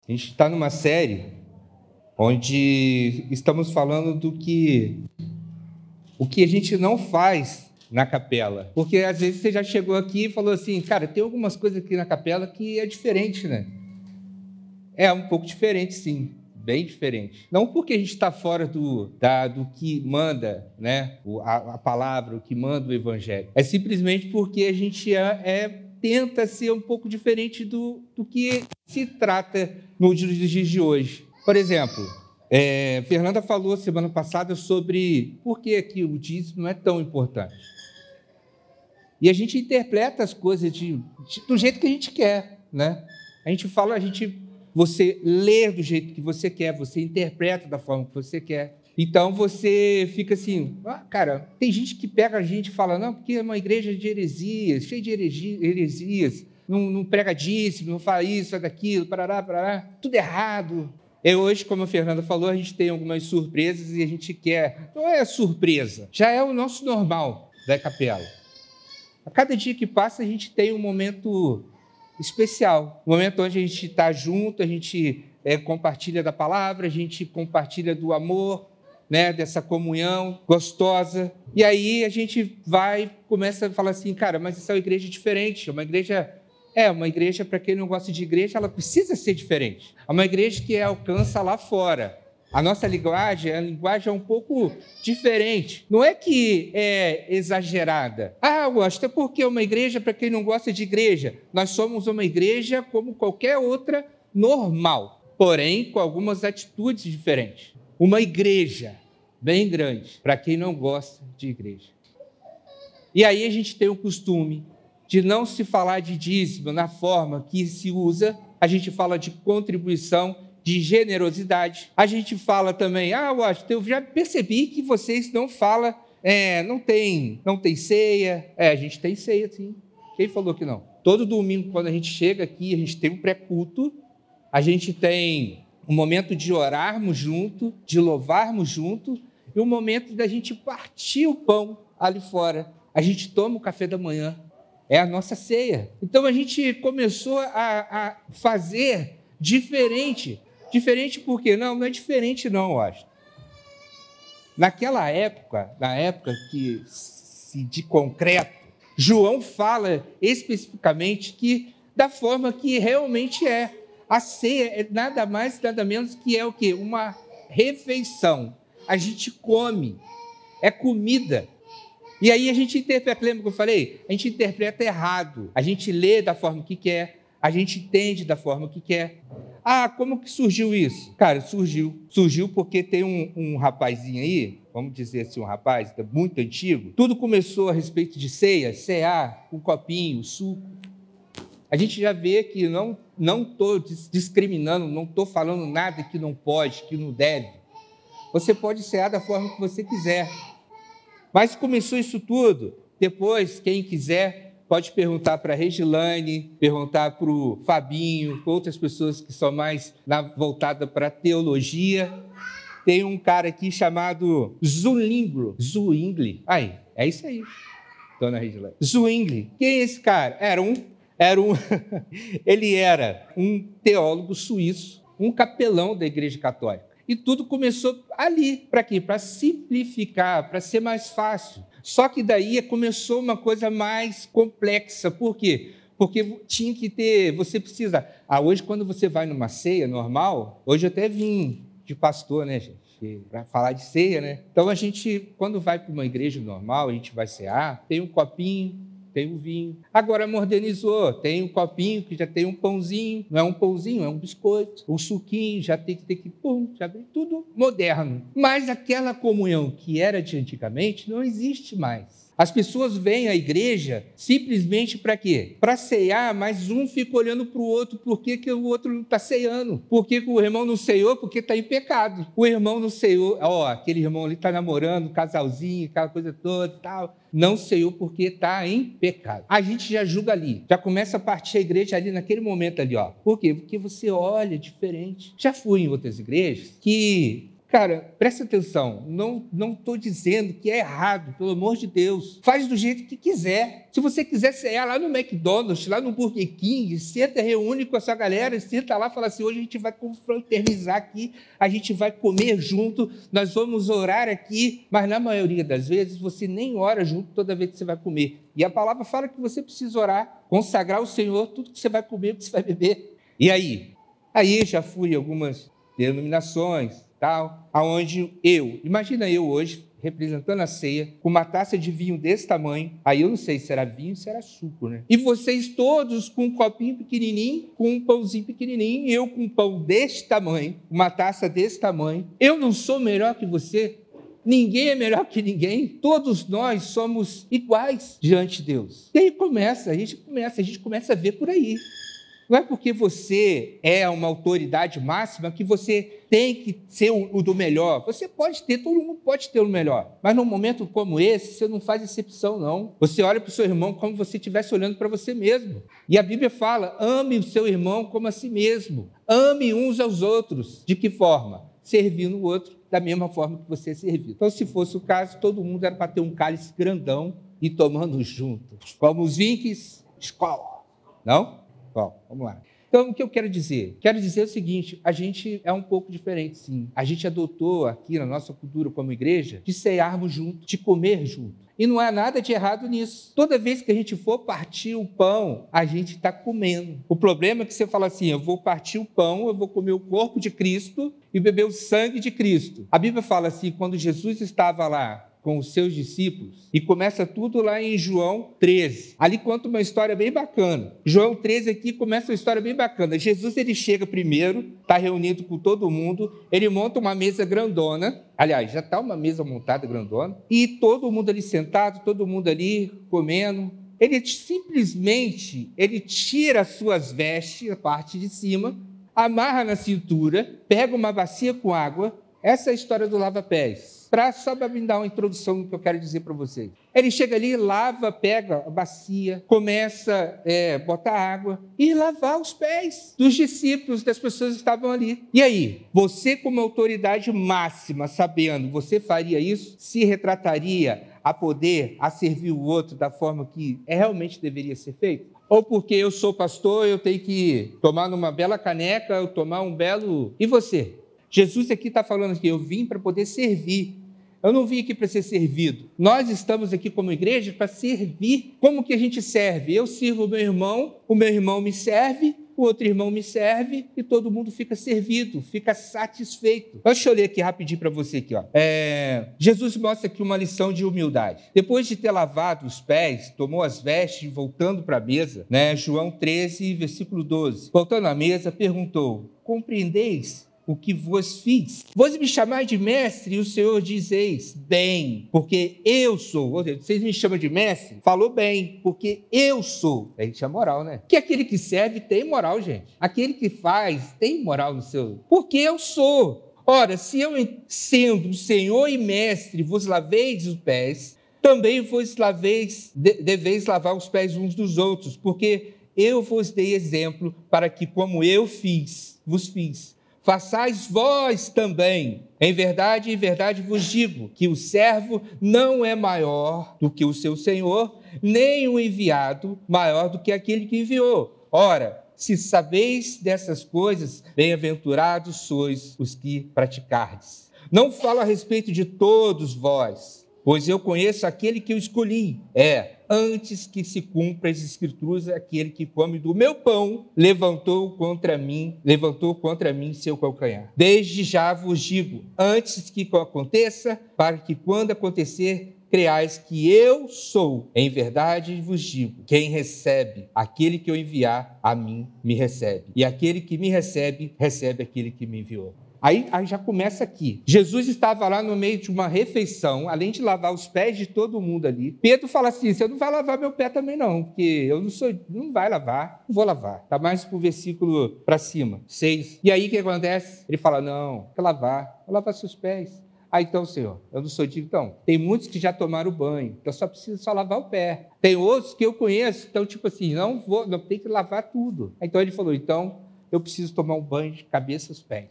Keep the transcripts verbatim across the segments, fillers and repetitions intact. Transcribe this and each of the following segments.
A gente está numa série onde estamos falando do que o que a gente não faz na capela. Porque às vezes você já chegou aqui e falou assim, cara, tem algumas coisas aqui na capela que é diferente, né? É um pouco diferente, sim. Bem diferente. Não porque a gente está fora do, da, do que manda, né? O, a, a palavra, o que manda o evangelho. É simplesmente porque a gente é, é, tenta ser um pouco diferente do, do que se trata nos dias de hoje. Por exemplo, é, Fernanda falou semana passada sobre por que, que o dízimo não é tão importante. E a gente interpreta as coisas de, de, do jeito que a gente quer, né? A gente fala, a gente... Você lê do jeito que você quer, você interpreta da forma que você quer. Então, você fica assim... Ah, cara, tem gente que pega a gente e fala, não, porque é uma igreja de heresias, cheia de heresias, não, não prega dízimo, não fala isso, faz aquilo, parará, parará, tudo errado. E hoje, como a Fernanda falou, a gente tem algumas surpresas e a gente quer... Não é surpresa, já é o nosso normal da capela. A cada dia que passa, a gente tem um momento especial, um momento onde a gente está junto, a gente é, compartilha da palavra, a gente compartilha do amor, né, dessa comunhão gostosa. E aí a gente vai, começa a falar assim, cara, mas essa é uma igreja diferente, é uma igreja... É, uma igreja, para quem não gosta de igreja, ela precisa ser diferente. É uma igreja que alcança lá fora. A nossa linguagem, a linguagem é um pouco diferente. Não é que é exagerada. Ah, gosto, é porque é uma igreja para quem não gosta de igreja. Nós somos uma igreja como qualquer outra normal, porém com algumas atitudes diferentes. Uma igreja bem grande para quem não gosta de igreja. E aí a gente tem o costume de não se falar de dízimo na forma que se usa. A gente fala de contribuição, de generosidade. A gente fala também, ah, Washington, eu já percebi que vocês não falam, é, não tem, não tem ceia. É, a gente tem ceia, sim. Quem falou que não? Todo domingo, quando a gente chega aqui, a gente tem um pré-culto, a gente tem um momento de orarmos junto, de louvarmos junto, e um momento da gente partir o pão ali fora. A gente toma o café da manhã, é a nossa ceia. Então, a gente começou a, a fazer diferente. Diferente por quê? Não, não é diferente não, eu acho. Naquela época, na época que se de concreto, João fala especificamente que da forma que realmente é. A ceia é nada mais, nada menos que é o quê? Uma refeição. A gente come, é comida. E aí a gente interpreta, lembra que eu falei? A gente interpreta errado. A gente lê da forma que quer, a gente entende da forma que quer. Ah, como que surgiu isso? Cara, surgiu. Surgiu porque tem um, um rapazinho aí, vamos dizer assim, um rapaz muito antigo. Tudo começou a respeito de ceia, cear, um copinho, suco. A gente já vê que não não estou discriminando, não estou falando nada que não pode, que não deve. Você pode cear da forma que você quiser. Mas começou isso tudo. Depois, quem quiser... Pode perguntar para a Regilane, perguntar para o Fabinho, outras pessoas que são mais voltadas para a teologia. Tem um cara aqui chamado Zwingli. Zwingli. Aí, é isso aí, dona Regilane. Zwingli. Quem é esse cara? Era um... Era um ele era um teólogo suíço, um capelão da Igreja Católica. E tudo começou ali. Para quê? Para simplificar, para ser mais fácil. Só que daí começou uma coisa mais complexa. Por quê? Porque tinha que ter... Você precisa... Ah, hoje, quando você vai numa ceia normal... Hoje eu até vim de pastor, né, gente? Para falar de ceia, né? Então, a gente, quando vai para uma igreja normal, a gente vai cear, tem um copinho, tem um vinho. Agora modernizou, tem um copinho que já tem um pãozinho, não é um pãozinho, é um biscoito. O suquinho já tem que ter que, pum, já vem tudo moderno. Mas aquela comunhão que era de antigamente não existe mais. As pessoas vêm à igreja simplesmente para quê? Para ceiar, mas um fica olhando para o outro, por que, que o outro não está ceando? Por que, que o irmão não ceiou? Porque está em pecado. O irmão não ceiou, ó, aquele irmão ali está namorando, casalzinho, aquela coisa toda e tal. Não ceiou porque está em pecado. A gente já julga ali, já começa a partir a igreja ali naquele momento ali, ó. Por quê? Porque você olha diferente. Já fui em outras igrejas que... Cara, presta atenção, não não estou dizendo que é errado, pelo amor de Deus. Faz do jeito que quiser. Se você quiser cear lá no McDonald's, lá no Burger King, senta, reúne com essa galera, senta lá e fala assim, hoje a gente vai confraternizar aqui, a gente vai comer junto, nós vamos orar aqui, mas na maioria das vezes você nem ora junto toda vez que você vai comer. E a palavra fala que você precisa orar, consagrar ao Senhor tudo que você vai comer, que você vai beber. E aí? Aí já fui em algumas denominações, tal, aonde eu, imagina eu hoje, representando a ceia, com uma taça de vinho desse tamanho, aí eu não sei se era vinho ou se era suco, né? E vocês todos com um copinho pequenininho, com um pãozinho pequenininho, e eu com um pão deste tamanho, uma taça desse tamanho. Eu não sou melhor que você, ninguém é melhor que ninguém, todos nós somos iguais diante de Deus. E aí começa, a gente começa, a gente começa a ver por aí. Não é porque você é uma autoridade máxima que você tem que ser o do melhor. Você pode ter, todo mundo pode ter o melhor. Mas num momento como esse, você não faz exceção, não. Você olha para o seu irmão como se você estivesse olhando para você mesmo. E a Bíblia fala, ame o seu irmão como a si mesmo. Ame uns aos outros. De que forma? Servindo o outro da mesma forma que você é servido. Então, se fosse o caso, todo mundo era para ter um cálice grandão e tomando junto. Como os vinques, escola. Não? Bom, vamos lá. Então, o que eu quero dizer? Quero dizer o seguinte, a gente é um pouco diferente, sim. A gente adotou aqui na nossa cultura como igreja de cearmos junto, de comer junto. E não há nada de errado nisso. Toda vez que a gente for partir o pão, a gente está comendo. O problema é que você fala assim, eu vou partir o pão, eu vou comer o corpo de Cristo e beber o sangue de Cristo. A Bíblia fala assim, quando Jesus estava lá com os seus discípulos, e começa tudo lá em João treze. Ali conta uma história bem bacana. João treze aqui começa uma história bem bacana. Jesus, ele chega primeiro, está reunido com todo mundo, ele monta uma mesa grandona, aliás, já está uma mesa montada grandona, e todo mundo ali sentado, todo mundo ali comendo. Ele simplesmente, ele tira as suas vestes, a parte de cima, amarra na cintura, pega uma bacia com água. Essa é a história do lava-pés. Pra, só para me dar uma introdução no que eu quero dizer para vocês. Ele chega ali, lava, pega a bacia, começa a é, botar água e lavar os pés dos discípulos, das pessoas que estavam ali. E aí, você como autoridade máxima, sabendo, você faria isso? Se retrataria a poder, a servir o outro da forma que realmente deveria ser feito? Ou porque eu sou pastor, eu tenho que tomar numa bela caneca, eu tomar um belo... E você? Jesus aqui está falando que eu vim para poder servir. Eu não vim aqui para ser servido. Nós estamos aqui como igreja para servir. Como que a gente serve? Eu sirvo o meu irmão, o meu irmão me serve, o outro irmão me serve e todo mundo fica servido, fica satisfeito. Deixa eu ler aqui rapidinho para você. Aqui, ó. É... Jesus mostra aqui uma lição de humildade. Depois de ter lavado os pés, tomou as vestes, voltando para a mesa, né? João treze, versículo doze. Voltando à mesa, perguntou, compreendeis o que vos fiz? Vós me chamais de mestre e o Senhor dizeis, bem, porque eu sou. Ou seja, vocês me chamam de mestre? Falou bem, porque eu sou. A gente tinha moral, né? Que aquele que serve tem moral, gente. Aquele que faz tem moral no seu... Porque eu sou. Ora, se eu, sendo o Senhor e mestre, vos laveis os pés, também vos laveis, deveis lavar os pés uns dos outros, porque eu vos dei exemplo para que, como eu fiz, vos fiz, façais vós também. Em verdade, em verdade vos digo que o servo não é maior do que o seu senhor, nem o enviado maior do que aquele que enviou. Ora, se sabeis dessas coisas, bem-aventurados sois os que praticardes. Não falo a respeito de todos vós, pois eu conheço aquele que eu escolhi. É, antes que se cumpra as escrituras, aquele que come do meu pão levantou contra mim, levantou contra mim seu calcanhar. Desde já vos digo, antes que aconteça, para que quando acontecer, creais que eu sou. Em verdade vos digo, quem recebe aquele que eu enviar, a mim me recebe. E aquele que me recebe, recebe aquele que me enviou. Aí, aí já começa aqui. Jesus estava lá no meio de uma refeição, além de lavar os pés de todo mundo ali. Pedro fala assim, você não vai lavar meu pé também não, porque eu não sou, não vai lavar, não vou lavar. Está mais para o versículo para cima, seis. E aí o que acontece? Ele fala, não, quer lavar, vou lavar seus pés. Ah, então, Senhor, eu não sou digno. Então, tem muitos que já tomaram banho, então só precisa só lavar o pé. Tem outros que eu conheço, então tipo assim, não vou, não tem que lavar tudo. Então ele falou, então eu preciso tomar um banho de cabeça aos pés.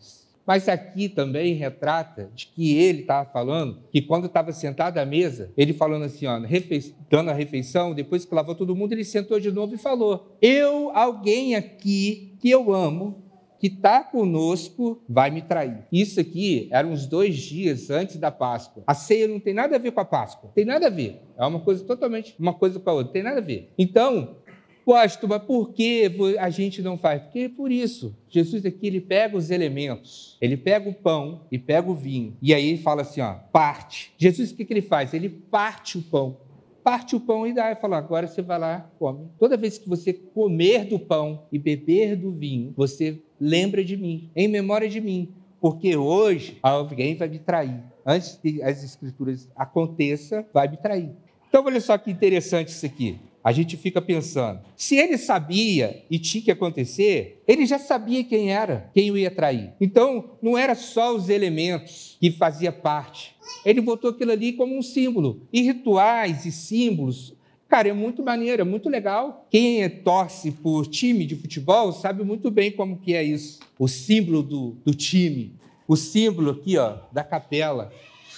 Mas aqui também retrata de que ele estava falando que quando estava sentado à mesa, ele falando assim, ó, refe... dando a refeição, depois que lavou todo mundo, ele sentou de novo e falou: eu, alguém aqui que eu amo, que está conosco, vai me trair. Isso aqui eram uns dois dias antes da Páscoa. A ceia não tem nada a ver com a Páscoa. Tem nada a ver. É uma coisa totalmente, uma coisa com a outra. Tem nada a ver. Então, Posto, mas por que a gente não faz? Porque é por isso. Jesus aqui, ele pega os elementos, ele pega o pão e pega o vinho. E aí ele fala assim, ó, parte. Jesus, o que, que ele faz? Ele parte o pão. Parte o pão e dá, e fala, agora você vai lá, come. Toda vez que você comer do pão e beber do vinho, você lembra de mim, em memória de mim, porque hoje alguém vai me trair. Antes que as escrituras aconteçam, vai me trair. Então, olha só que interessante isso aqui. A gente fica pensando, se ele sabia e tinha que acontecer, ele já sabia quem era, quem o ia trair. Então, não era só os elementos que faziam parte. Ele botou aquilo ali como um símbolo. E rituais e símbolos, cara, é muito maneiro, é muito legal. Quem torce por time de futebol sabe muito bem como que é isso. O símbolo do, do time, o símbolo aqui, ó, da capela.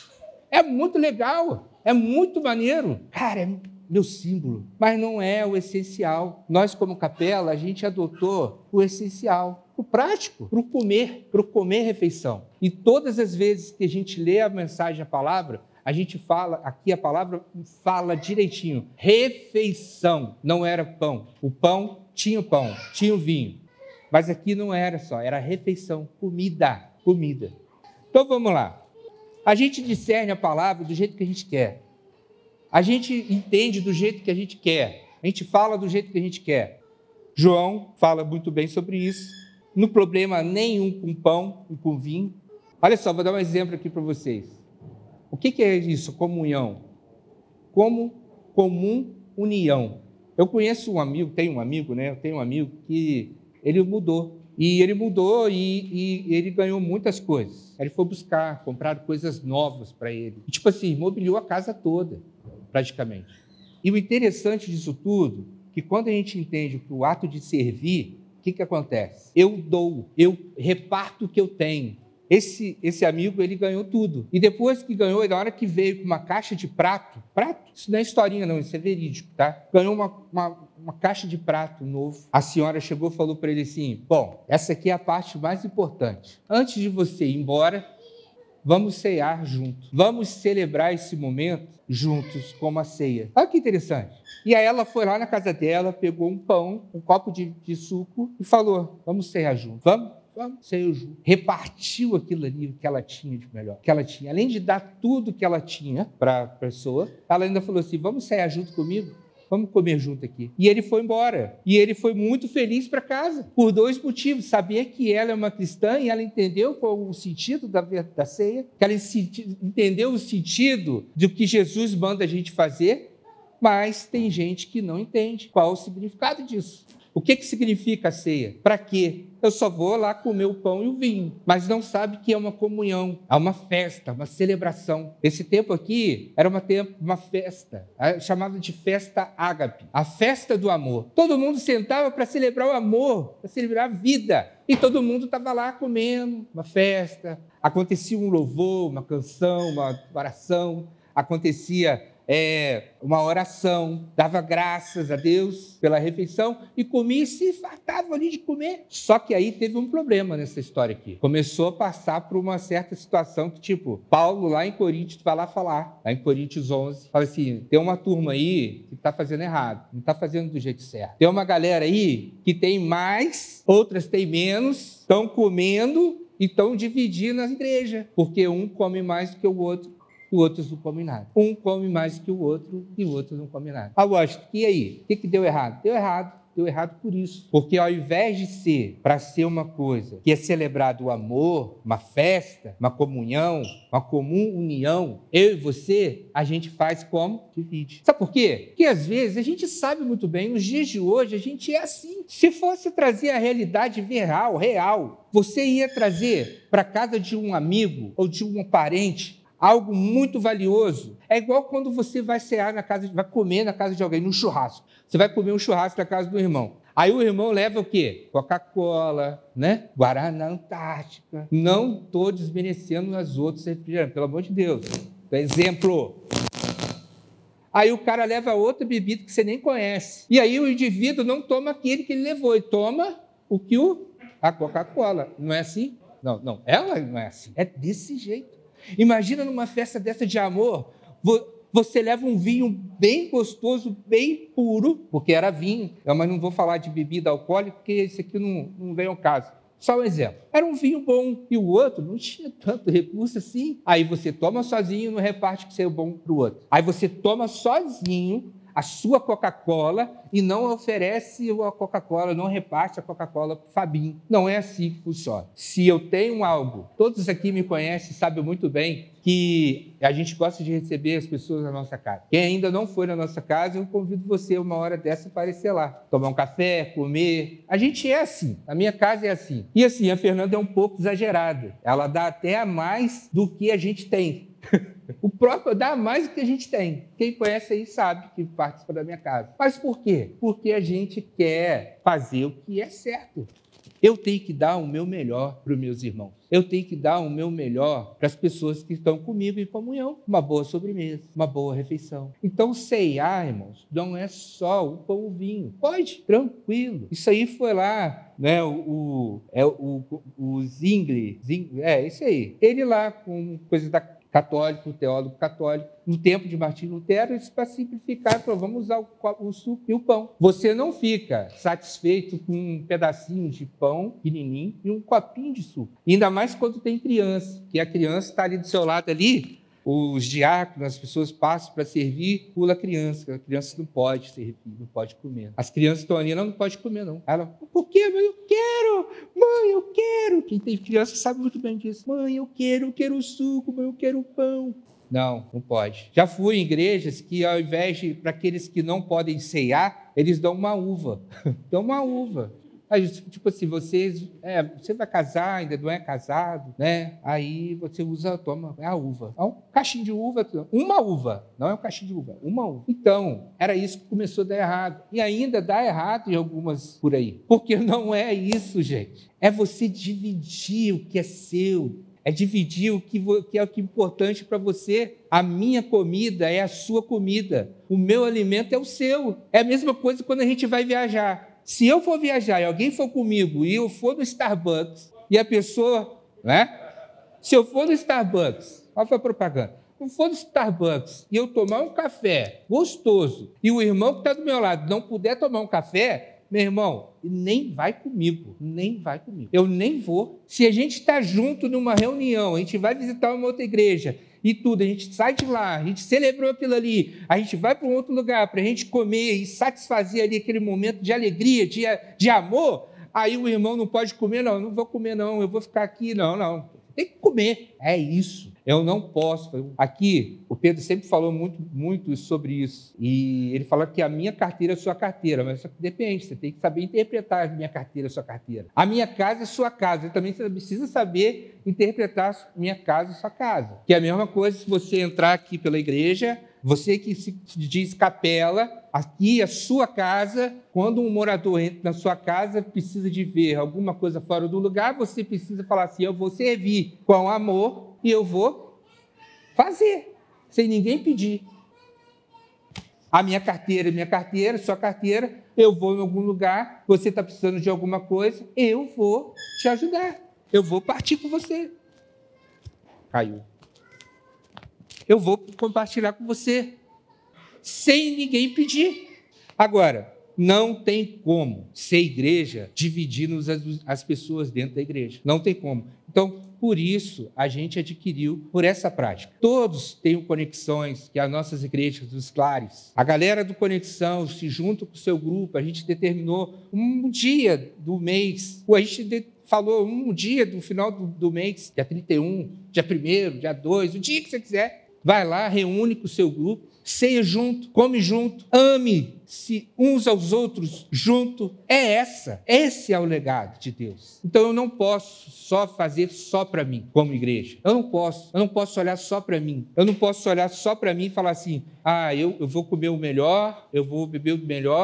É muito legal, é muito maneiro. Cara, é meu símbolo, mas não é o essencial. Nós, como capela, a gente adotou o essencial, o prático, para o comer, para o comer refeição. E todas as vezes que a gente lê a mensagem, a palavra, a gente fala, aqui a palavra fala direitinho, refeição, não era pão. O pão tinha o pão, tinha o vinho, mas aqui não era só, era refeição, comida, comida. Então vamos lá, a gente discerne a palavra do jeito que a gente quer. A gente entende do jeito que a gente quer. A gente fala do jeito que a gente quer. João fala muito bem sobre isso. Não problema nenhum com pão e com vinho. Olha só, vou dar um exemplo aqui para vocês. O que, que é isso? Comunhão. Como comum união. Eu conheço um amigo, tenho um amigo, né? Eu tenho um amigo que ele mudou. E ele mudou e, e ele ganhou muitas coisas. Ele foi buscar, comprar coisas novas para ele. E, tipo assim, mobiliou a casa toda, praticamente. E o interessante disso tudo, que quando a gente entende que o ato de servir, o que, que acontece? Eu dou, eu reparto o que eu tenho. Esse, esse amigo, ele ganhou tudo. E depois que ganhou, na hora que veio com uma caixa de prato, prato, isso não é historinha não, isso é verídico, tá? Ganhou uma, uma, uma caixa de prato novo. A senhora chegou e falou para ele assim, bom, essa aqui é a parte mais importante. Antes de você ir embora, vamos cear juntos. Vamos celebrar esse momento juntos, como a ceia. Olha que interessante. E aí ela foi lá na casa dela, pegou um pão, um copo de, de suco e falou, vamos cear juntos. Vamos? Vamos, ceia juntos. Repartiu aquilo ali que ela tinha de melhor. Que ela tinha. Além de dar tudo que ela tinha para a pessoa, ela ainda falou assim, vamos cear junto comigo? Vamos comer junto aqui. E ele foi embora. E ele foi muito feliz para casa, por dois motivos. Sabia que ela é uma cristã e ela entendeu qual o sentido da, da ceia, que ela entendeu o sentido do que Jesus manda a gente fazer, mas tem gente que não entende qual o significado disso. O que, que significa a ceia? Para quê? Eu só vou lá comer o pão e o vinho, mas não sabe que é uma comunhão, é uma festa, uma celebração. Esse tempo aqui era uma, tempo, uma festa, chamada de festa ágape, a festa do amor. Todo mundo sentava para celebrar o amor, para celebrar a vida, e todo mundo estava lá comendo, uma festa. Acontecia um louvor, uma canção, uma oração, acontecia É, uma oração, dava graças a Deus pela refeição e comia e se fartava ali de comer. Só que aí teve um problema nessa história aqui. Começou a passar por uma certa situação que, tipo, Paulo lá em Coríntios vai lá falar, lá em Coríntios onze, fala assim, tem uma turma aí que está fazendo errado, não está fazendo do jeito certo. Tem uma galera aí que tem mais, outras têm menos, estão comendo e estão dividindo a igreja, porque um come mais do que o outro. E outros não comem nada. Um come mais que o outro e o outro não come nada. Ah, Washington, e aí? O que, que deu errado? Deu errado. Deu errado por isso. Porque ao invés de ser, para ser uma coisa que é celebrado o amor, uma festa, uma comunhão, uma comum união, eu e você, a gente faz como? Divide. Sabe por quê? Porque às vezes a gente sabe muito bem, nos dias de hoje a gente é assim. Se fosse trazer a realidade real, real, você ia trazer para casa de um amigo ou de um parente algo muito valioso. É igual quando você vai cear na casa, vai comer na casa de alguém, num churrasco. Você vai comer um churrasco na casa do irmão. Aí o irmão leva o quê? Coca-Cola, né? Guaraná Antártica. Não estou desmerecendo as outras refrigerantes, pelo amor de Deus. Exemplo. Aí o cara leva outra bebida que você nem conhece. E aí o indivíduo não toma aquele que ele levou, ele toma o que o... a Coca-Cola. Não é assim? Não, não. Ela não é assim. É desse jeito. Imagina numa festa dessa de amor, você leva um vinho bem gostoso, bem puro, porque era vinho, mas não vou falar de bebida alcoólica, porque esse aqui não, não vem ao caso. Só um exemplo. Era um vinho bom e o outro não tinha tanto recurso assim. Aí você toma sozinho e não reparte que seja bom para o outro. Aí você toma sozinho a sua Coca-Cola e não oferece a Coca-Cola, não reparte a Coca-Cola para o Fabinho. Não é assim que funciona. Se eu tenho algo, todos aqui me conhecem, sabem muito bem que a gente gosta de receber as pessoas na nossa casa. Quem ainda não foi na nossa casa, eu convido você uma hora dessa para aparecer lá. Tomar um café, comer. A gente é assim. A minha casa é assim. E assim, a Fernanda é um pouco exagerada. Ela dá até a mais do que a gente tem. O próprio dá mais do que a gente tem. Quem conhece aí sabe que participa da minha casa. Mas por quê? Porque a gente quer fazer o que é certo. Eu tenho que dar o meu melhor para os meus irmãos. Eu tenho que dar o meu melhor para as pessoas que estão comigo em comunhão. Uma boa sobremesa, uma boa refeição. Então, ceiar, irmãos, não é só o pão e o vinho. Pode, tranquilo. Isso aí foi lá, né, o, o, é, o, o Zwingli, Zwingli, é isso aí. Ele lá com coisas da católico, teólogo católico, no tempo de Martinho Lutero, isso para simplificar, falou, vamos usar o, o suco e o pão. Você não fica satisfeito com um pedacinho de pão pequenininho e um copinho de suco. E ainda mais quando tem criança, que a criança está ali do seu lado ali, os diáconos, as pessoas passam para servir, pula a criança, a criança não pode servir, não pode comer. As crianças estão ali, não, não pode comer não. Ela, por quê? Mãe, eu quero! Mãe, eu quero! Quem tem criança sabe muito bem disso. Mãe, eu quero, eu quero o suco, mãe, eu quero o pão. Não, não pode. Já fui em igrejas que, ao invés de, para aqueles que não podem ceiar, eles dão uma uva. Dão uma uva. Aí, tipo assim, vocês, é, você vai casar, ainda não é casado, né? Aí você usa, toma a uva. É um caixinho de uva, uma uva, não é um caixinho de uva, uma uva. Então, era isso que começou a dar errado. E ainda dá errado em algumas por aí. Porque não é isso, gente. É você dividir o que é seu. É dividir o que, que é o que é importante para você. A minha comida é a sua comida. O meu alimento é o seu. É a mesma coisa quando a gente vai viajar. Se eu for viajar e alguém for comigo e eu for no Starbucks e a pessoa, né? Se eu for no Starbucks, qual foi a propaganda? Se eu for no Starbucks e eu tomar um café gostoso e o irmão que está do meu lado não puder tomar um café, meu irmão, nem vai comigo, nem vai comigo. Eu nem vou. Se a gente está junto numa reunião, a gente vai visitar uma outra igreja e tudo, a gente sai de lá, a gente celebrou aquilo ali, a gente vai para um outro lugar para a gente comer e satisfazer ali aquele momento de alegria, de, de amor, aí o irmão não pode comer, não, eu não vou comer não, eu vou ficar aqui, não, não. Tem que comer, é isso. Eu não posso. Aqui, o Pedro sempre falou muito, muito sobre isso. E ele fala que a minha carteira é a sua carteira, mas só que depende, você tem que saber interpretar a minha carteira, a sua carteira. A minha casa é a sua casa, e também você precisa saber interpretar a minha casa e a sua casa. Que é a mesma coisa se você entrar aqui pela igreja, você que se diz capela, aqui é a sua casa, quando um morador entra na sua casa, precisa de ver alguma coisa fora do lugar, você precisa falar assim, eu vou servir com amor e eu vou fazer, sem ninguém pedir. A minha carteira é minha carteira, sua carteira, eu vou em algum lugar, você está precisando de alguma coisa, eu vou te ajudar, eu vou partir com você. Caiu. Eu vou compartilhar com você, sem ninguém pedir. Agora, não tem como ser igreja dividindo as, as pessoas dentro da igreja. Não tem como. Então, por isso, a gente adquiriu por essa prática. Todos têm conexões, que é as nossas igrejas dos Clares. A galera do Conexão se junta com o seu grupo, a gente determinou um dia do mês, ou a gente de, falou um dia do final do, do mês, dia trinta e um, dia primeiro, dia dois, o dia que você quiser. Vai lá, reúne com o seu grupo, ceia junto, come junto, ame-se uns aos outros junto. É essa, esse é o legado de Deus. Então eu não posso só fazer só para mim, como igreja. Eu não posso, eu não posso olhar só para mim. Eu não posso olhar só para mim e falar assim, ah, eu, eu vou comer o melhor, eu vou beber o melhor,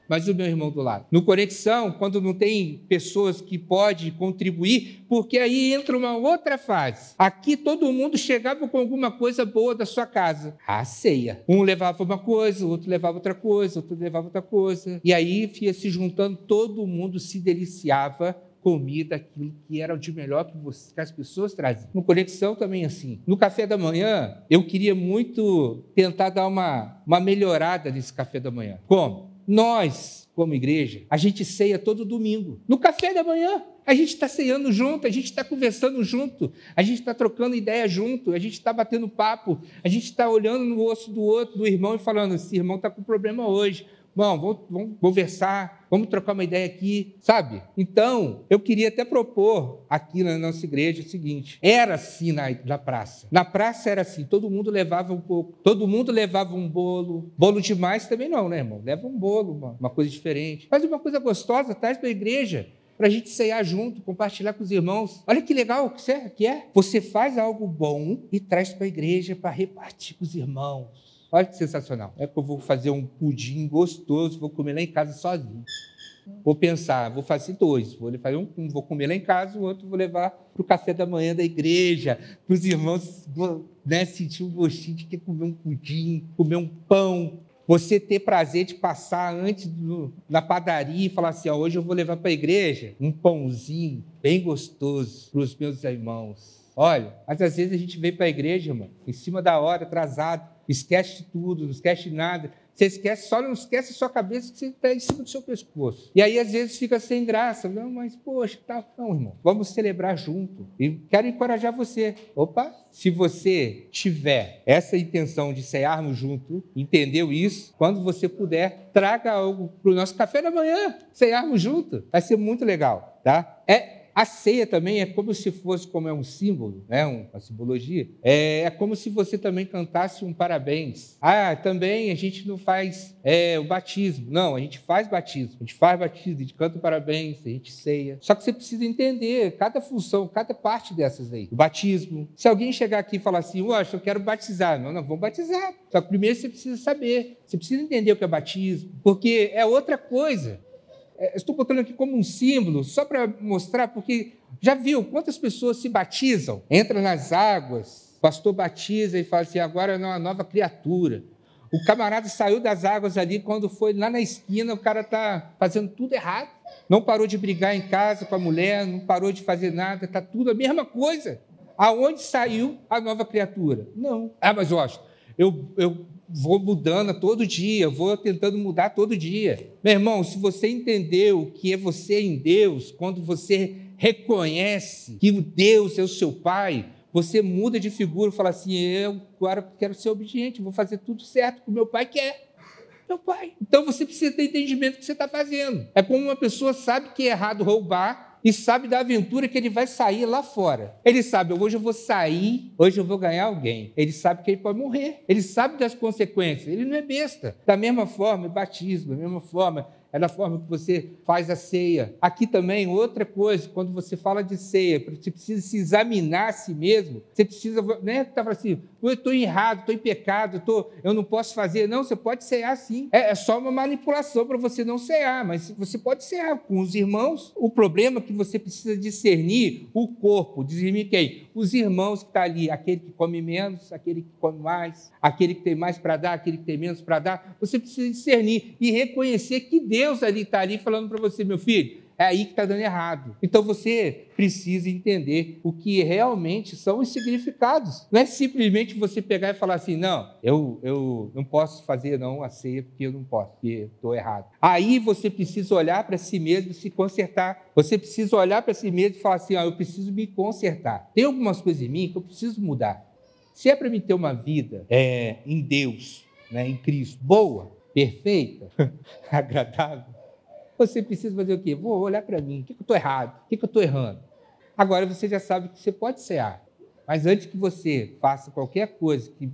mas o meu irmão do lado. No Conexão, quando não tem pessoas que podem contribuir, porque aí entra uma outra fase. Aqui todo mundo chegava com alguma coisa boa da sua casa. A ceia. Um levava uma coisa, o outro levava outra coisa, outro levava outra coisa. E aí ia se juntando, todo mundo se deliciava, comida, aquilo que era de melhor que, você, que as pessoas traziam. No Conexão também assim. No café da manhã, eu queria muito tentar dar uma, uma melhorada nesse café da manhã. Como? Nós, como igreja, a gente ceia todo domingo. No café da manhã, a gente está ceando junto, a gente está conversando junto, a gente está trocando ideia junto, a gente está batendo papo, a gente está olhando no osso do outro, do irmão, e falando, esse irmão está com problema hoje. Bom, vamos, vamos conversar, vamos trocar uma ideia aqui, sabe? Então, eu queria até propor aqui na nossa igreja o seguinte, era assim na, na praça. Na praça era assim, todo mundo levava um pouco, todo mundo levava um bolo. Bolo demais também não, né, irmão? Leva um bolo, uma, uma coisa diferente. Faz uma coisa gostosa, traz para a igreja, para a gente ceiar junto, compartilhar com os irmãos. Olha que legal que é. Você faz algo bom e traz para a igreja para repartir com os irmãos. Olha que sensacional. É que eu vou fazer um pudim gostoso, vou comer lá em casa sozinho. Vou pensar, vou fazer dois. Vou fazer um, um vou comer lá em casa, o outro vou levar para o café da manhã da igreja, para os irmãos, né, sentir um gostinho de que comer um pudim, comer um pão. Você ter prazer de passar antes do, na padaria e falar assim, ó, hoje eu vou levar para a igreja um pãozinho bem gostoso para os meus irmãos. Olha, mas às vezes a gente vem para a igreja, irmão, em cima da hora, atrasado, esquece de tudo, não esquece de nada. Você esquece, só não esquece a sua cabeça que você está em cima do seu pescoço. E aí, às vezes, fica sem graça. Não, mas, poxa, tá. Não, irmão, vamos celebrar junto. E quero encorajar você. Opa, se você tiver essa intenção de cearmos junto, entendeu isso? Quando você puder, traga algo para o nosso café da manhã, cearmos junto. Vai ser muito legal, tá? É... A ceia também é como se fosse, como é um símbolo, né? Uma simbologia, é, é como se você também cantasse um parabéns. Ah, também a gente não faz é, o batismo. Não, a gente faz batismo. A gente faz batismo, a gente canta um parabéns, a gente ceia. Só que você precisa entender cada função, cada parte dessas aí. O batismo. Se alguém chegar aqui e falar assim, Washington, eu quero batizar. Não, não, vamos batizar. Só que primeiro você precisa saber. Você precisa entender o que é batismo, porque é outra coisa. Estou botando aqui como um símbolo, só para mostrar, porque já viu quantas pessoas se batizam? Entra nas águas, o pastor batiza e fala assim, agora é uma nova criatura. O camarada saiu das águas ali, quando foi lá na esquina, o cara está fazendo tudo errado. Não parou de brigar em casa com a mulher, não parou de fazer nada, está tudo a mesma coisa. Aonde saiu a nova criatura? Não. Ah, mas eu acho, eu... eu vou mudando todo dia, vou tentando mudar todo dia. Meu irmão, se você entendeu o que é você em Deus, quando você reconhece que o Deus é o seu Pai, você muda de figura e fala assim, eu agora quero ser obediente, vou fazer tudo certo que o meu Pai quer. Meu Pai. Então você precisa ter entendimento do que você está fazendo. É como uma pessoa sabe que é errado roubar, e sabe da aventura que ele vai sair lá fora. Ele sabe, hoje eu vou sair, hoje eu vou ganhar alguém. Ele sabe que ele pode morrer. Ele sabe das consequências. Ele não é besta. Da mesma forma, é batismo, da mesma forma, é da forma que você faz a ceia. Aqui também, outra coisa, quando você fala de ceia, você precisa se examinar a si mesmo. Você precisa, né, estava assim, eu estou errado, estou em pecado, eu, tô, eu não posso fazer. Não, você pode cear sim. É, é só uma manipulação para você não cear, mas você pode cear com os irmãos. O problema é que você precisa discernir o corpo. Discernir quem? Os irmãos que estão ali, aquele que come menos, aquele que come mais, aquele que tem mais para dar, aquele que tem menos para dar. Você precisa discernir e reconhecer que Deus Deus ali está ali falando para você, meu filho, é aí que está dando errado. Então você precisa entender o que realmente são os significados. Não é simplesmente você pegar e falar assim, não, eu, eu não posso fazer não a ceia porque eu não posso, porque estou errado. Aí você precisa olhar para si mesmo e se consertar. Você precisa olhar para si mesmo e falar assim, ó, eu preciso me consertar. Tem algumas coisas em mim que eu preciso mudar. Se é para mim ter uma vida é, em Deus, né, em Cristo, boa, perfeita, agradável, você precisa fazer o quê? Vou olhar para mim, o que eu estou errado? O que eu estou errando? Agora você já sabe que você pode cear, mas antes que você faça qualquer coisa que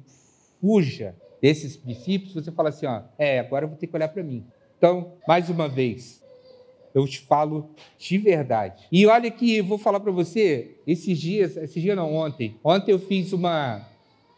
fuja desses princípios, você fala assim, ó, é, agora eu vou ter que olhar para mim. Então, mais uma vez, eu te falo de verdade. E olha que vou falar para você, esses dias, esses dias não, ontem, ontem eu fiz uma...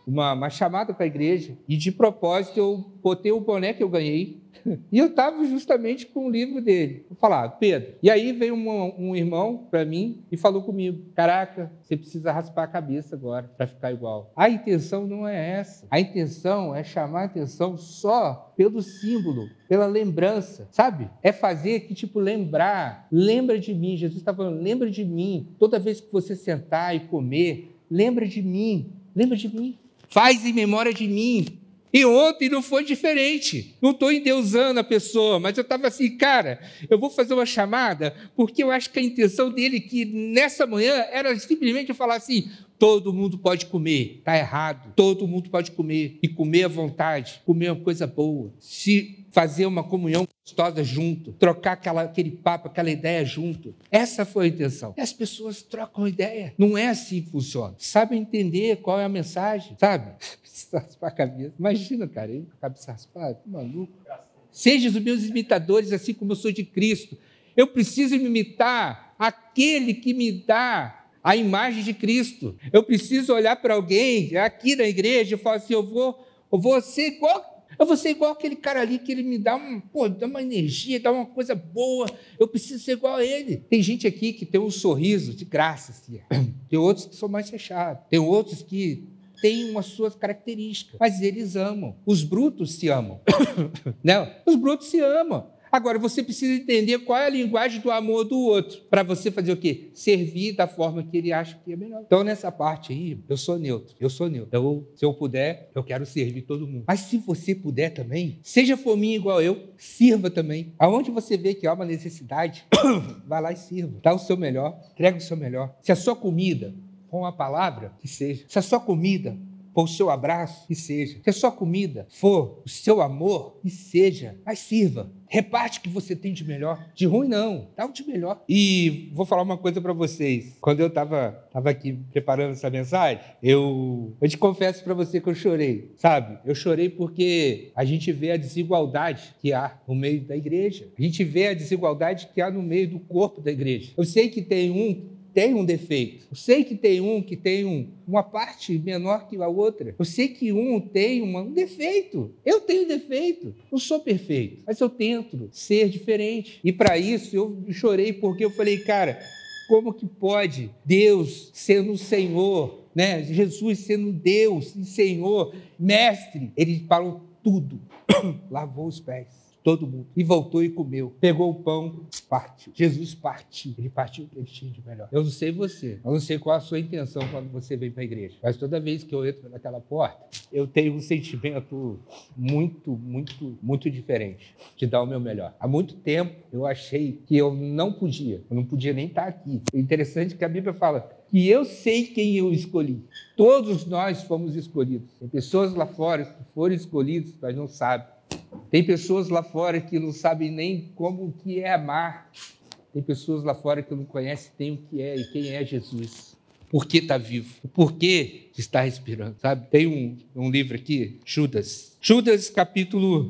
uma, uma chamada para a igreja e, de propósito, eu botei o boné que eu ganhei e eu estava justamente com o livro dele. Eu falava, Pedro. E aí veio um, um irmão para mim e falou comigo, caraca, você precisa raspar a cabeça agora para ficar igual. A intenção não é essa. A intenção é chamar a atenção só pelo símbolo, pela lembrança, sabe? É fazer que, tipo, lembrar. Lembra de mim. Jesus está falando, lembra de mim. Toda vez que você sentar e comer, lembra de mim. Lembra de mim. Faz em memória de mim. E ontem não foi diferente. Não estou endeusando a pessoa, mas eu estava assim, cara, eu vou fazer uma chamada porque eu acho que a intenção dele que nessa manhã era simplesmente falar assim, todo mundo pode comer. Está errado. Todo mundo pode comer. E comer à vontade. Comer é uma coisa boa. Se fazer uma comunhão gostosa junto. Trocar aquela, aquele papo, aquela ideia junto. Essa foi a intenção. E as pessoas trocam ideia. Não é assim que funciona. Sabem entender qual é a mensagem, sabe? Precisa raspar a cabeça. Imagina, cara, eu com a cabeça raspada. Maluco. Sejam os meus imitadores, assim como eu sou de Cristo. Eu preciso imitar aquele que me dá a imagem de Cristo. Eu preciso olhar para alguém aqui na igreja e falar assim, eu vou, eu vou ser igual, eu vou ser igual aquele cara ali que ele me dá, um, pô, dá uma energia, dá uma coisa boa. Eu preciso ser igual a ele. Tem gente aqui que tem um sorriso de graça, assim. Tem outros que são mais fechados. Tem outros que têm umas suas características, mas eles amam. Os brutos se amam. Não, os brutos se amam. Agora, você precisa entender qual é a linguagem do amor do outro, para você fazer o quê? Servir da forma que ele acha que é melhor. Então, nessa parte aí, eu sou neutro, eu sou neutro. Eu, se eu puder, eu quero servir todo mundo. Mas se você puder também, seja fominha igual eu, sirva também. Aonde você vê que há uma necessidade, vai lá e sirva. Dá o seu melhor, entrega o seu melhor. Se a sua comida for uma palavra, que seja. Se a sua comida for o seu abraço, que seja. Se a sua comida for o seu amor, que seja. Mas sirva. Reparte o que você tem de melhor. De ruim, não. Dá o de melhor. E vou falar uma coisa para vocês. Quando eu estava tava aqui preparando essa mensagem, eu, eu te confesso para você que eu chorei, sabe? Eu chorei porque a gente vê a desigualdade que há no meio da igreja. A gente vê a desigualdade que há no meio do corpo da igreja. Eu sei que tem um tem um defeito. Eu sei que tem um que tem um, uma parte menor que a outra. Eu sei que um tem uma, um defeito. Eu tenho defeito. Não sou perfeito, mas eu tento ser diferente. E para isso eu chorei porque eu falei, cara, como que pode Deus sendo o Senhor, né? Jesus sendo Deus e Senhor, mestre, ele parou tudo, lavou os pés. Todo mundo. E voltou e comeu. Pegou o pão, partiu. Jesus partiu. Ele partiu o que ele tinha de melhor. Eu não sei você. Eu não sei qual a sua intenção quando você vem para a igreja. Mas toda vez que eu entro naquela porta, eu tenho um sentimento muito, muito, muito diferente de dar o meu melhor. Há muito tempo eu achei que eu não podia. Eu não podia nem estar aqui. É interessante que a Bíblia fala que eu sei quem eu escolhi. Todos nós fomos escolhidos. Tem pessoas lá fora que foram escolhidas, mas não sabem. Tem pessoas lá fora que não sabem nem como que é amar. Tem pessoas lá fora que não conhecem nem o que é e quem é Jesus. Por que está vivo? O porquê está respirando, sabe? Tem um, um livro aqui, Judas. Judas, capítulo...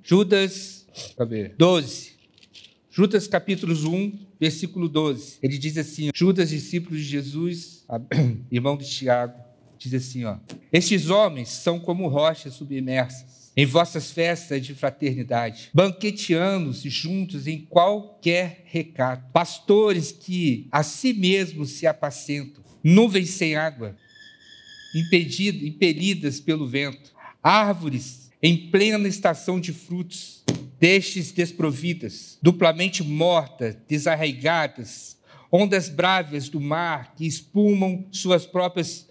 Judas, deixa ver, doze. Judas, capítulo um, versículo doze. Ele diz assim, Judas, discípulo de Jesus, irmão de Tiago, diz assim, ó. Estes homens são como rochas submersas em vossas festas de fraternidade, banqueteando-se juntos em qualquer recato, pastores que a si mesmos se apacentam, nuvens sem água, impedido, impelidas pelo vento, árvores em plena estação de frutos, destes desprovidas, duplamente mortas, desarraigadas, ondas bravas do mar que espumam suas próprias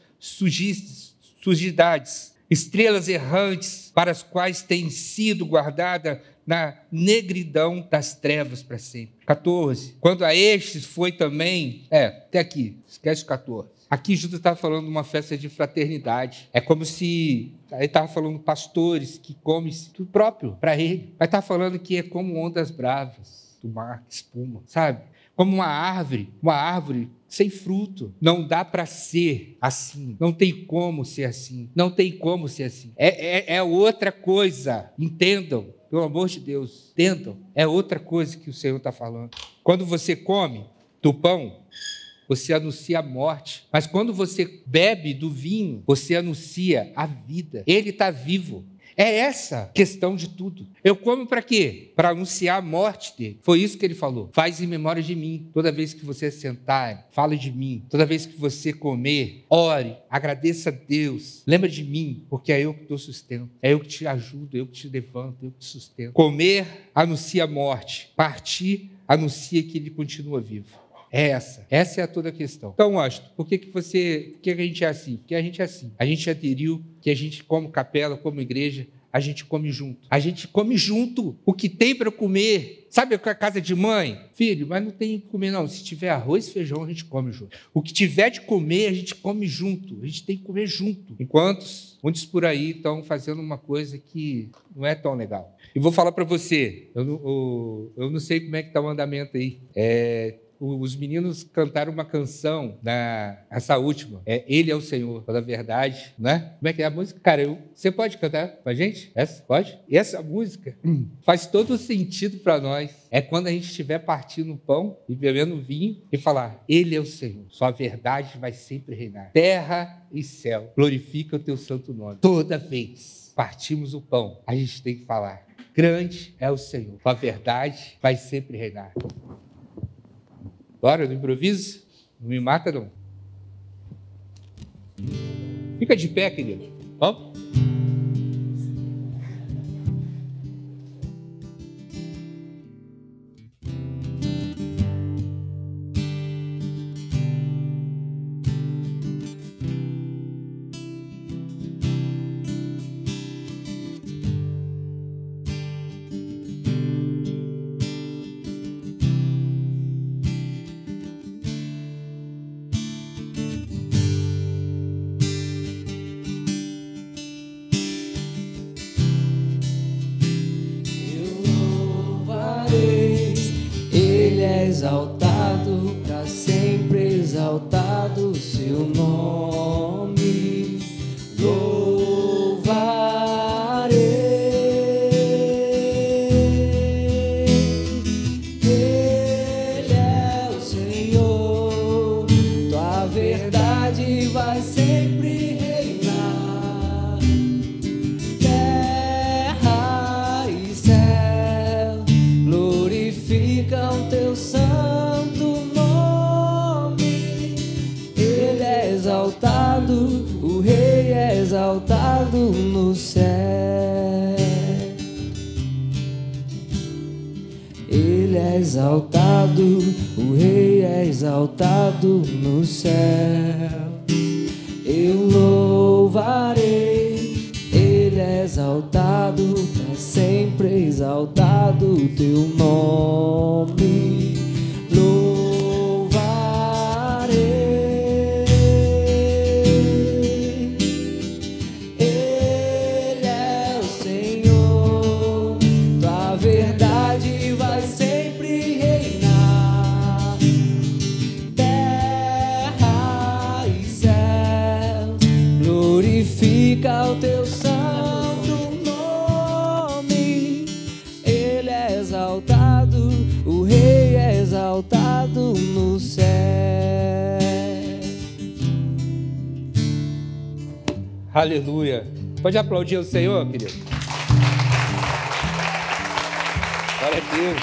sujidades, estrelas errantes para as quais tem sido guardada na negridão das trevas para sempre. catorze. Quando a estes foi também... É, até aqui, esquece o catorze. Aqui Judas estava falando de uma festa de fraternidade. É como se... Ele estava falando pastores que comem tudo próprio para ele. Mas estava falando que é como ondas bravas do mar que espuma, sabe? Como uma árvore, uma árvore sem fruto. Não dá para ser assim. Não tem como ser assim. Não tem como ser assim. É, é, é outra coisa. Entendam, pelo amor de Deus. Entendam. É outra coisa que o Senhor está falando. Quando você come do pão, você anuncia a morte. Mas quando você bebe do vinho, você anuncia a vida. Ele está vivo. É essa questão de tudo. Eu como para quê? Para anunciar a morte dele. Foi isso que ele falou. Faz em memória de mim. Toda vez que você sentar, fale de mim. Toda vez que você comer, ore, agradeça a Deus. Lembra de mim, porque é eu que dou sustento. É eu que te ajudo, eu que te levanto, eu que te sustento. Comer, anuncia a morte. Partir, anuncia que ele continua vivo. É essa. Essa é a toda a questão. Então, Washington, por que, que você. Por que a gente é assim? Porque a gente é assim. A gente aderiu que a gente, como capela, como igreja, a gente come junto. A gente come junto o que tem para comer. Sabe a casa de mãe? Filho, mas não tem que comer, não. Se tiver arroz e feijão, a gente come junto. O que tiver de comer, a gente come junto. A gente tem que comer junto. Enquanto muitos por aí estão fazendo uma coisa que não é tão legal. E vou falar para você, eu não, eu, eu não sei como é que está o andamento aí. É... Os meninos cantaram uma canção, na, essa última, é Ele é o Senhor, toda a verdade, né? Como é que é a música? Cara, eu, você pode cantar com a gente? Essa? Pode? E essa música hum, faz todo sentido para nós. É quando a gente estiver partindo o pão e bebendo vinho e falar, Ele é o Senhor, sua verdade vai sempre reinar. Terra e céu, glorifica o teu santo nome. Toda vez partimos o pão, a gente tem que falar, grande é o Senhor, sua verdade vai sempre reinar. Bora, no improviso? Não me mata, não. Fica de pé, querido. Vamos? Exaltado, para sempre exaltado o seu nome, louvarei. Ele é o Senhor, tua verdade vai sempre reinar. Terra e céu glorificam teu santo nome. Ele é exaltado, o Rei é exaltado no céu. Ele é exaltado, o Rei é exaltado no céu. Eu louvarei, Ele é exaltado, para sempre exaltado o teu nome. Louvarei. Ele é o Senhor, tua verdade vai sempre reinar. Terra e céu glorifica o teu santo nome. Ele é exaltado, o Rei é exaltado no céu. Aleluia. Pode aplaudir o Senhor, querido? Glória a Deus.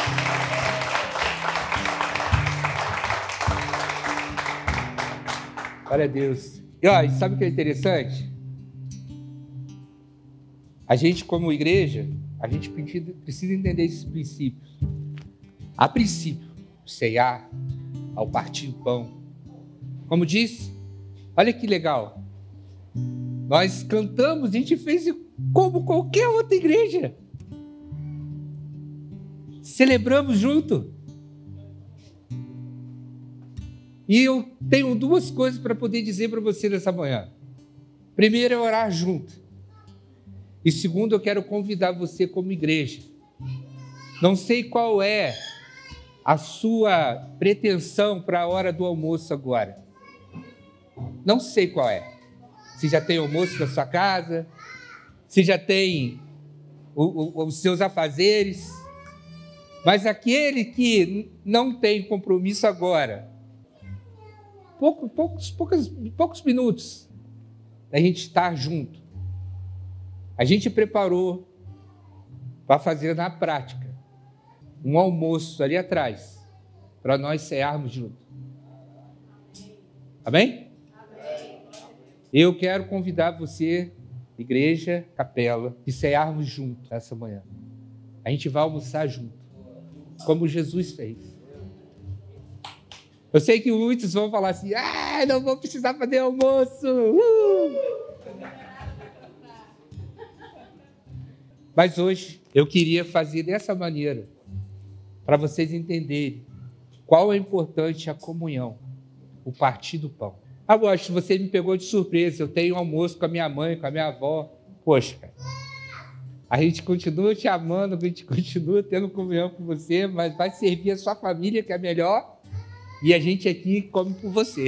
Glória a Deus. E ó, sabe o que é interessante? A gente, como igreja, a gente precisa entender esses princípios. A princípio, ceiar, ao partir o pão. Como disse, olha que legal. Nós cantamos, a gente fez como qualquer outra igreja. Celebramos junto. E eu tenho duas coisas para poder dizer para você nessa manhã. Primeiro é orar junto. E segundo, eu quero convidar você como igreja. Não sei qual é a sua pretensão para a hora do almoço agora. Não sei qual é. Se já tem almoço na sua casa, se já tem o, o, os seus afazeres. Mas aquele que não tem compromisso agora, pouco, poucos, poucos, poucos minutos da gente estar junto. A gente preparou para fazer na prática um almoço ali atrás, para nós cearmos juntos. Amém? Amém? Eu quero convidar você, igreja, capela, de cearmos juntos essa manhã. A gente vai almoçar junto, como Jesus fez. Eu sei que muitos vão falar assim, ah, não vou precisar fazer almoço. Uh! Mas hoje eu queria fazer dessa maneira, para vocês entenderem qual é importante a comunhão, o partir do pão. Ah, gosto, você me pegou de surpresa, eu tenho almoço com a minha mãe, com a minha avó. Poxa, cara, a gente continua te amando, a gente continua tendo comunhão com você, mas vai servir a sua família, que é melhor, e a gente aqui come por você.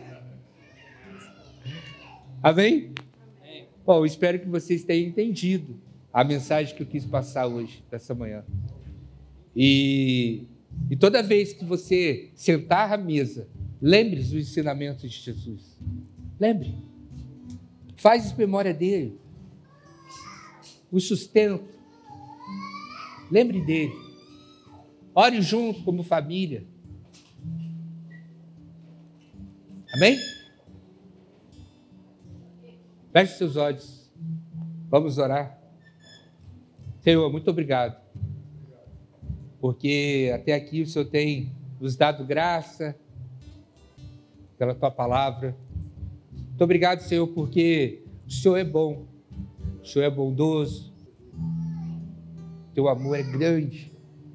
Amém? Amém? Bom, espero que vocês tenham entendido a mensagem que eu quis passar hoje, dessa manhã. E, e toda vez que você sentar à mesa, lembre-se dos ensinamentos de Jesus. Lembre. Faz memória dele. O sustento. Lembre dele. Ore junto como família. Amém? Feche seus olhos. Vamos orar. Senhor, muito obrigado. Porque até aqui o Senhor tem nos dado graça pela tua palavra. Muito obrigado, Senhor, porque o Senhor é bom. O Senhor é bondoso. Teu amor é grande.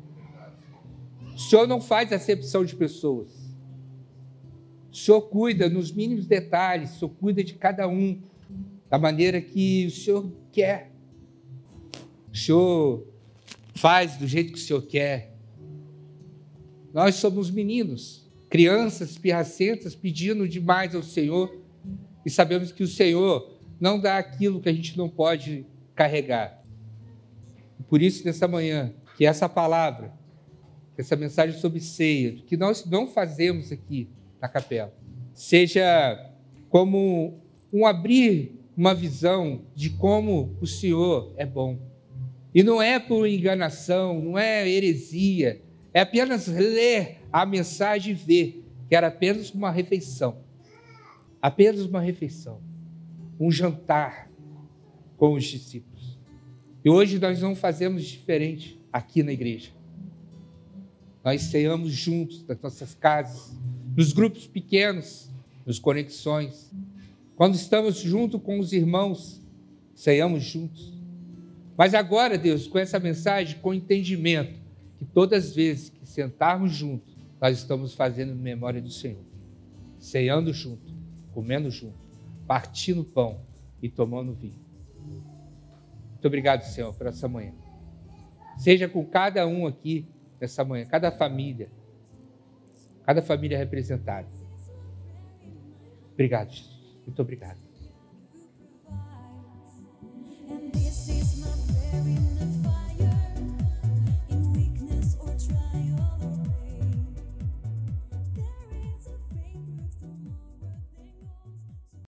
O Senhor não faz acepção de pessoas. O Senhor cuida nos mínimos detalhes. O Senhor cuida de cada um da maneira que o Senhor quer. O Senhor faz do jeito que o Senhor quer. Nós somos meninos, crianças pirracentas pedindo demais ao Senhor e sabemos que o Senhor não dá aquilo que a gente não pode carregar. Por isso, nessa manhã, que essa palavra, essa mensagem sobre ceia, que nós não fazemos aqui na capela, seja como um abrir uma visão de como o Senhor é bom. E não é por enganação, não é heresia, é apenas ler a mensagem e ver que era apenas uma refeição. Apenas uma refeição. Um jantar com os discípulos. E hoje nós não fazemos diferente aqui na igreja. Nós ceamos juntos nas nossas casas, nos grupos pequenos, nos conexões. Quando estamos junto com os irmãos, ceamos juntos. Mas agora, Deus, com essa mensagem, com entendimento, que todas as vezes que sentarmos juntos, nós estamos fazendo memória do Senhor. Ceando junto, comendo junto, partindo pão e tomando vinho. Muito obrigado, Senhor, por essa manhã. Seja com cada um aqui nessa manhã, cada família, cada família representada. Obrigado, Jesus. Muito obrigado.